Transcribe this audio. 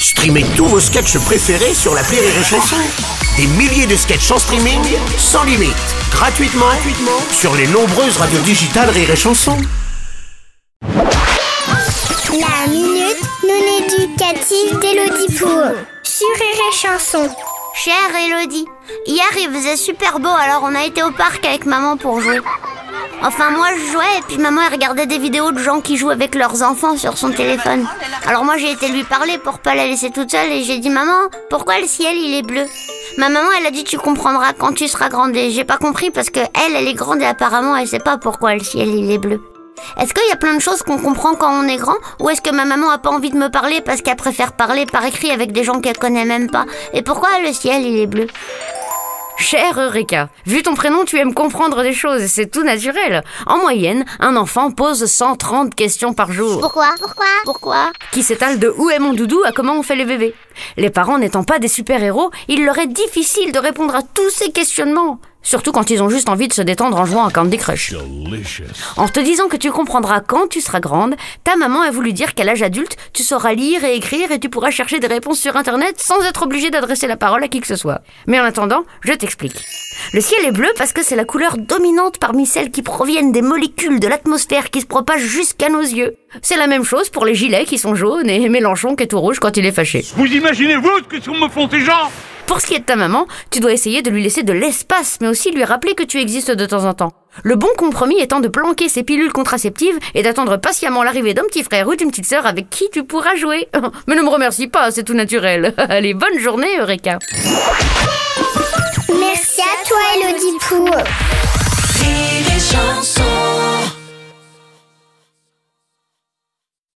Streamez tous vos sketchs préférés sur l'appli Rire et Chanson. Des milliers de sketchs en streaming, sans limite, gratuitement sur les nombreuses radios digitales Rire et Chanson. La minute non éducative d'Élodie Pour sur Rire et Chanson. Chère Élodie, hier il faisait super beau, alors on a été au parc avec maman pour jouer. Enfin moi je jouais et puis maman elle regardait des vidéos de gens qui jouent avec leurs enfants sur son téléphone. Alors moi j'ai été lui parler pour pas la laisser toute seule et j'ai dit: maman, pourquoi le ciel il est bleu? Ma maman elle a dit: tu comprendras quand tu seras grande. Et j'ai pas compris parce que elle est grande et apparemment elle sait pas pourquoi le ciel il est bleu. Est-ce qu'il y a plein de choses qu'on comprend quand on est grand? Ou est-ce que ma maman a pas envie de me parler parce qu'elle préfère parler par écrit avec des gens qu'elle connaît même pas? Et pourquoi le ciel il est bleu? Chère Eureka, vu ton prénom, tu aimes comprendre des choses et c'est tout naturel. En moyenne, un enfant pose 130 questions par jour. Pourquoi? Qui s'étalent de où est mon doudou à comment on fait les bébés. Les parents n'étant pas des super-héros, il leur est difficile de répondre à tous ces questionnements. Surtout quand ils ont juste envie de se détendre en jouant à Candy Crush. En te disant que tu comprendras quand tu seras grande, ta maman a voulu dire qu'à l'âge adulte, tu sauras lire et écrire et tu pourras chercher des réponses sur Internet sans être obligé d'adresser la parole à qui que ce soit. Mais en attendant, je t'explique. Le ciel est bleu parce que c'est la couleur dominante parmi celles qui proviennent des molécules de l'atmosphère qui se propagent jusqu'à nos yeux. C'est la même chose pour les gilets qui sont jaunes et Mélenchon qui est tout rouge quand il est fâché. Vous imaginez-vous ce que me font ces gens? Pour ce qui est de ta maman, tu dois essayer de lui laisser de l'espace, mais aussi lui rappeler que tu existes de temps en temps. Le bon compromis étant de planquer ses pilules contraceptives et d'attendre patiemment l'arrivée d'un petit frère ou d'une petite sœur avec qui tu pourras jouer. Mais ne me remercie pas, c'est tout naturel. Allez, bonne journée, Eureka. Merci à toi, Élodie Pour. Rire et Chanson.